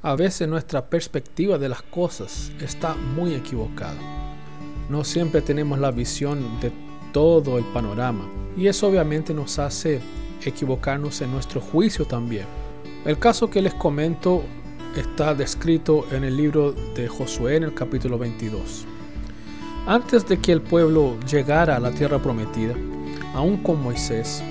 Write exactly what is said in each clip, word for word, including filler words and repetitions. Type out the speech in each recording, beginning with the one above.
A veces nuestra perspectiva de las cosas está muy equivocada. No siempre tenemos la visión de todo el panorama y eso obviamente nos hace equivocarnos en nuestro juicio también. El caso que les comento está descrito en el libro de Josué en el capítulo veintidós. Antes de que el pueblo llegara a la tierra prometida, aún con Moisés,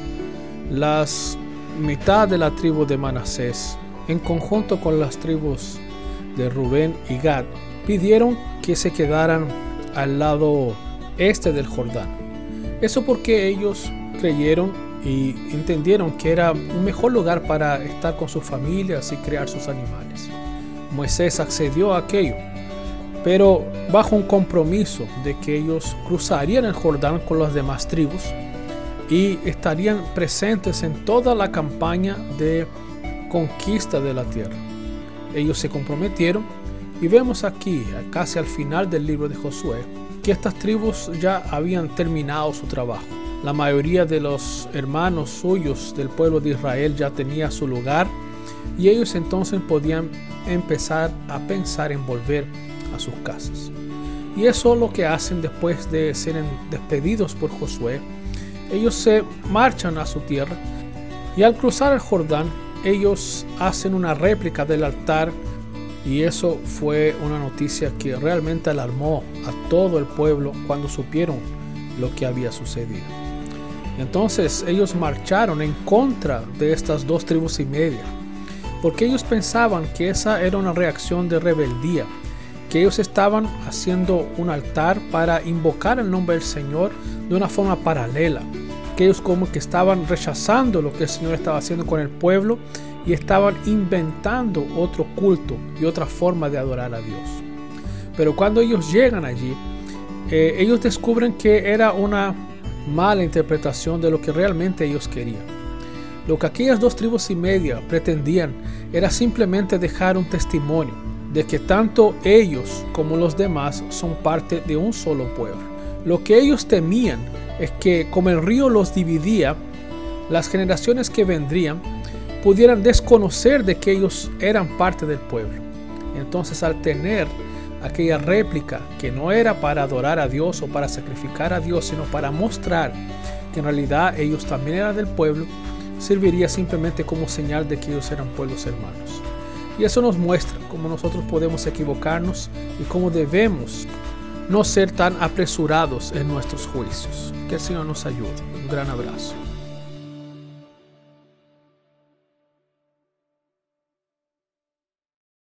las mitad de la tribu de Manasés, en conjunto con las tribus de Rubén y Gad, pidieron que se quedaran al lado este del Jordán. Eso porque ellos creyeron y entendieron que era un mejor lugar para estar con sus familias y criar sus animales. Moisés accedió a aquello, pero bajo un compromiso de que ellos cruzarían el Jordán con las demás tribus y estarían presentes en toda la campaña de conquista de la tierra. Ellos se comprometieron y vemos aquí, casi al final del libro de Josué, que estas tribus ya habían terminado su trabajo. La mayoría de los hermanos suyos del pueblo de Israel ya tenía su lugar y ellos entonces podían empezar a pensar en volver a sus casas. Y eso es lo que hacen después de ser despedidos por Josué. Ellos se marchan a su tierra y al cruzar el Jordán ellos hacen una réplica del altar, y eso fue una noticia que realmente alarmó a todo el pueblo cuando supieron lo que había sucedido. Entonces ellos marcharon en contra de estas dos tribus y media, porque ellos pensaban que esa era una reacción de rebeldía, que ellos estaban haciendo un altar para invocar el nombre del Señor de una forma paralela, que ellos como que estaban rechazando lo que el Señor estaba haciendo con el pueblo y estaban inventando otro culto y otra forma de adorar a Dios. Pero cuando ellos llegan allí, eh, ellos descubren que era una mala interpretación de lo que realmente ellos querían. Lo que aquellas dos tribus y media pretendían era simplemente dejar un testimonio de que tanto ellos como los demás son parte de un solo pueblo. Lo que ellos temían es que, como el río los dividía, las generaciones que vendrían pudieran desconocer de que ellos eran parte del pueblo. Entonces, al tener aquella réplica que no era para adorar a Dios o para sacrificar a Dios, sino para mostrar que en realidad ellos también eran del pueblo, serviría simplemente como señal de que ellos eran pueblos hermanos. Y eso nos muestra cómo nosotros podemos equivocarnos y cómo debemos no ser tan apresurados en nuestros juicios. Que el Señor nos ayude. Un gran abrazo.